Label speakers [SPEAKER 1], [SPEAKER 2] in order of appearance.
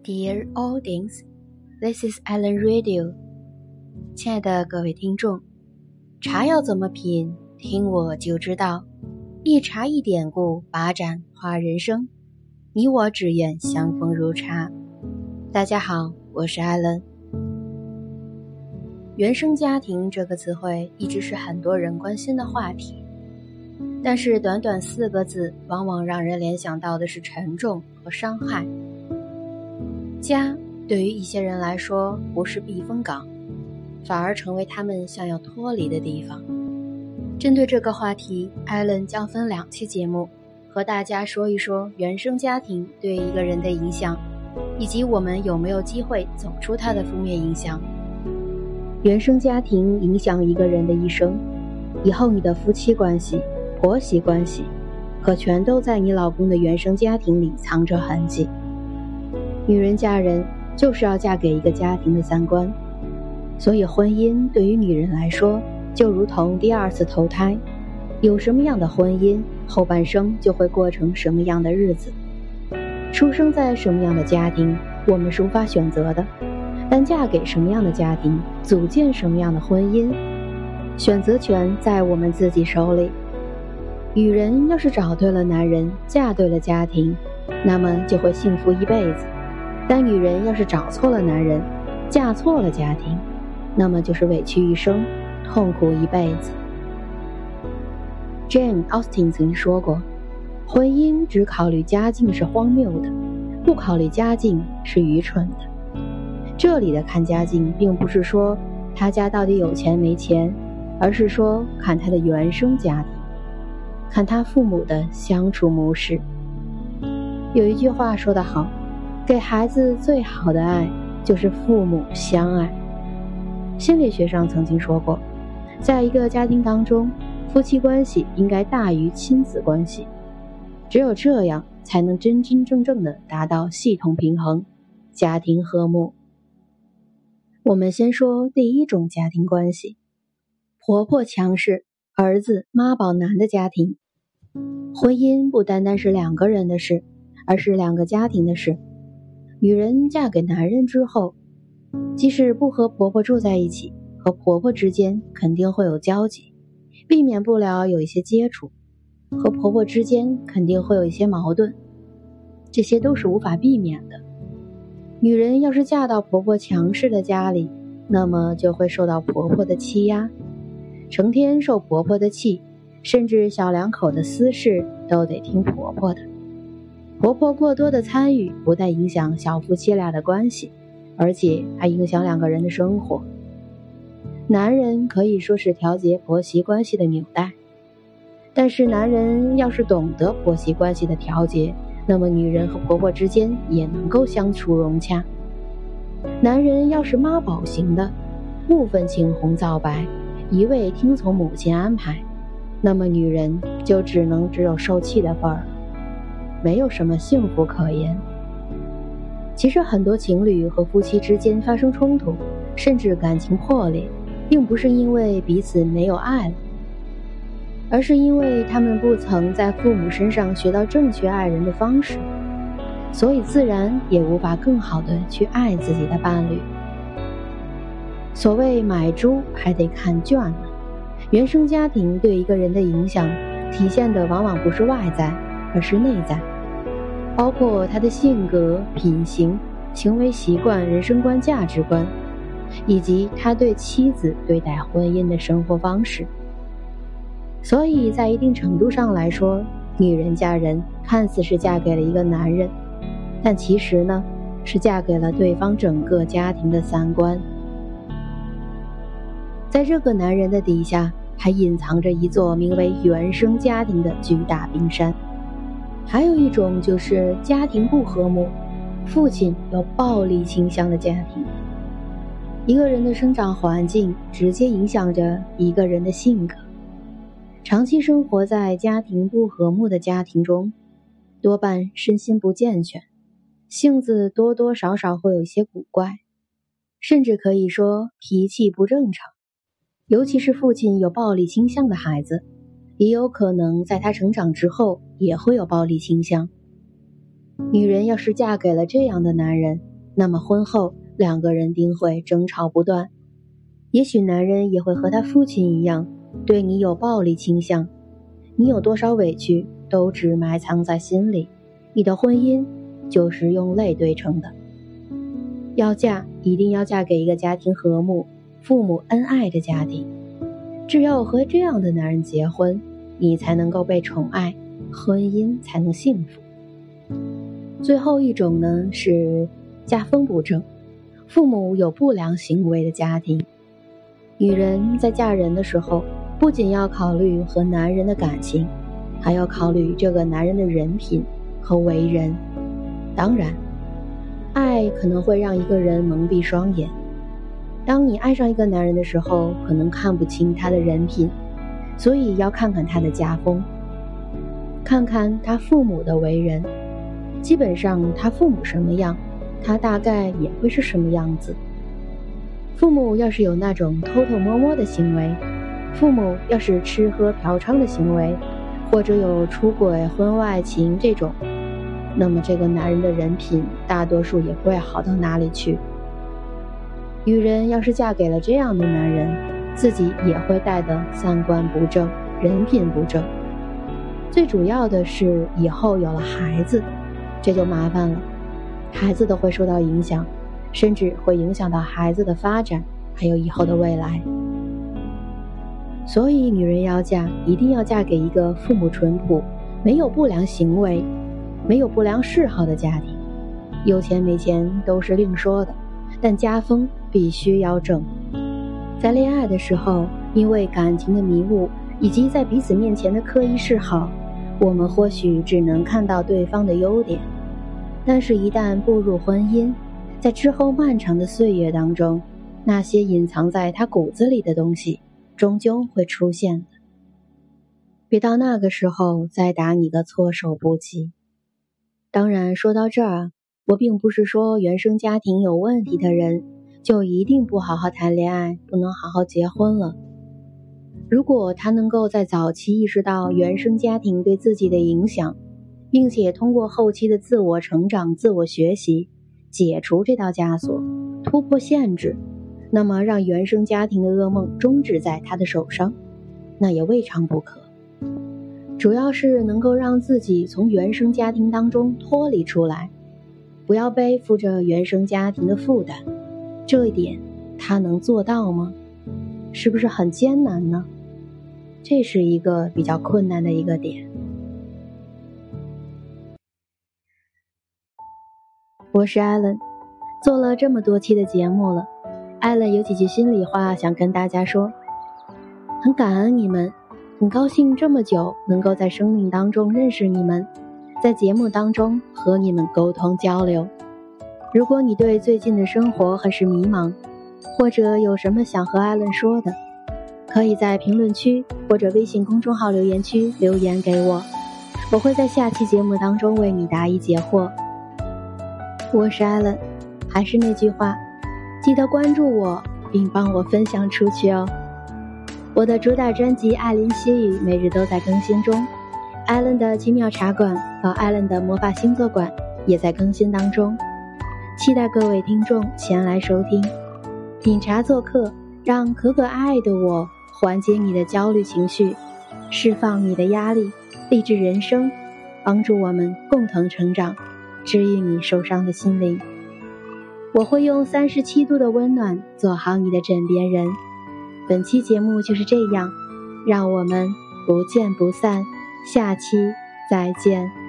[SPEAKER 1] Dear audience, this is Alan Radio。 亲爱的各位听众，茶要怎么品，听我就知道。一茶一典故，把盏话人生。你我只愿相逢如茶。大家好，我是 Alan。 原生家庭这个词汇一直是很多人关心的话题，但是短短4个字往往让人联想到的是沉重和伤害。家对于一些人来说不是避风港，反而成为他们想要脱离的地方。针对这个话题，艾伦将分2期节目和大家说一说原生家庭对一个人的影响，以及我们有没有机会走出它的负面影响。原生家庭影响一个人的一生，以后你的夫妻关系、婆媳关系可全都在你老公的原生家庭里藏着痕迹。女人嫁人就是要嫁给一个家庭的3观，所以婚姻对于女人来说就如同第2次投胎，有什么样的婚姻，后半生就会过成什么样的日子。出生在什么样的家庭，我们是无法选择的，但嫁给什么样的家庭，组建什么样的婚姻，选择权在我们自己手里。女人要是找对了男人，嫁对了家庭，那么就会幸福一辈子。但女人要是找错了男人，嫁错了家庭，那么就是委屈一生，痛苦一辈子。 Jane Austen 曾经说过，婚姻只考虑家境是荒谬的，不考虑家境是愚蠢的。这里的看家境并不是说他家到底有钱没钱，而是说看他的原生家庭，看他父母的相处模式。有一句话说得好，给孩子最好的爱就是父母相爱。心理学上曾经说过，在一个家庭当中，夫妻关系应该大于亲子关系，只有这样才能真真正正的达到系统平衡，家庭和睦。我们先说第1种家庭关系，婆婆强势，儿子妈宝男的家庭。婚姻不单单是2个人的事，而是2个家庭的事。女人嫁给男人之后，即使不和婆婆住在一起，和婆婆之间肯定会有交集，避免不了有一些接触，和婆婆之间肯定会有一些矛盾，这些都是无法避免的。女人要是嫁到婆婆强势的家里，那么就会受到婆婆的欺压，成天受婆婆的气，甚至小两口的私事都得听婆婆的。婆婆过多的参与不但影响小夫妻俩的关系，而且还影响2个人的生活。男人可以说是调节婆媳关系的纽带，但是男人要是懂得婆媳关系的调节，那么女人和婆婆之间也能够相处融洽。男人要是妈宝型的，不分青红皂白，一味听从母亲安排，那么女人就只有受气的份儿，没有什么幸福可言。其实很多情侣和夫妻之间发生冲突，甚至感情破裂，并不是因为彼此没有爱了，而是因为他们不曾在父母身上学到正确爱人的方式，所以自然也无法更好的去爱自己的伴侣。所谓买猪还得看圈呢，原生家庭对一个人的影响体现的往往不是外在，而是内在，包括他的性格、品行、行为习惯、人生观、价值观，以及他对妻子对待婚姻的生活方式。所以在一定程度上来说，女人嫁人看似是嫁给了一个男人，但其实呢，是嫁给了对方整个家庭的3观。在这个男人的底下，还隐藏着一座名为原生家庭的巨大冰山。还有一种就是家庭不和睦，父亲有暴力倾向的家庭。一个人的生长环境直接影响着一个人的性格。长期生活在家庭不和睦的家庭中，多半身心不健全，性子多多少少会有一些古怪，甚至可以说脾气不正常。尤其是父亲有暴力倾向的孩子，也有可能在他成长之后也会有暴力倾向。女人要是嫁给了这样的男人， 那么婚后两个人定会争吵不断。也许男人也会和他父亲一样，对你有暴力倾向，你有多少委屈都只埋藏在心里，你的婚姻就是用泪堆成的。要嫁，一定要嫁给一个家庭和睦、父母恩爱的家庭。只有和这样的男人结婚，你才能够被宠爱，婚姻才能幸福。最后一种呢，是家风不正，父母有不良行为的家庭。女人在嫁人的时候，不仅要考虑和男人的感情，还要考虑这个男人的人品和为人。当然，爱可能会让一个人蒙蔽双眼。当你爱上一个男人的时候，可能看不清他的人品，所以要看看他的家风，看看他父母的为人。基本上他父母什么样，他大概也会是什么样子。父母要是有那种偷偷摸摸的行为，父母要是吃喝嫖娼的行为，或者有出轨婚外情这种，那么这个男人的人品大多数也不会好到哪里去。女人要是嫁给了这样的男人，自己也会带得三观不正，人品不正。最主要的是以后有了孩子，这就麻烦了，孩子都会受到影响，甚至会影响到孩子的发展，还有以后的未来。所以女人要嫁，一定要嫁给一个父母淳朴、没有不良行为、没有不良嗜好的家庭。有钱没钱都是另说的，但家风必须要正。在恋爱的时候，因为感情的迷雾以及在彼此面前的刻意示好，我们或许只能看到对方的优点，但是一旦步入婚姻，在之后漫长的岁月当中，那些隐藏在他骨子里的东西终究会出现的。别到那个时候再打你个措手不及。当然说到这儿，我并不是说原生家庭有问题的人就一定不好好谈恋爱，不能好好结婚了。如果他能够在早期意识到原生家庭对自己的影响，并且通过后期的自我成长、自我学习，解除这道枷锁，突破限制，那么让原生家庭的噩梦终止在他的手上，那也未尝不可。主要是能够让自己从原生家庭当中脱离出来，不要背负着原生家庭的负担。这一点他能做到吗？是不是很艰难呢？这是一个比较困难的一个点。我是艾伦，做了这么多期的节目了，艾伦有几句心里话想跟大家说。很感恩你们，很高兴这么久能够在生命当中认识你们，在节目当中和你们沟通交流。如果你对最近的生活很是迷茫，或者有什么想和艾伦说的，可以在评论区或者微信公众号留言区留言给我，我会在下期节目当中为你答疑解惑。我是艾伦，还是那句话，记得关注我并帮我分享出去哦。我的主打专辑《艾琳西语》每日都在更新中，艾伦的奇妙茶馆和艾伦的魔法星座馆也在更新当中，期待各位听众前来收听。品茶做客，让可可爱爱的我缓解你的焦虑情绪，释放你的压力，励志人生，帮助我们共同成长，治愈你受伤的心灵。我会用37度的温暖做好你的枕边人。本期节目就是这样，让我们不见不散，下期再见。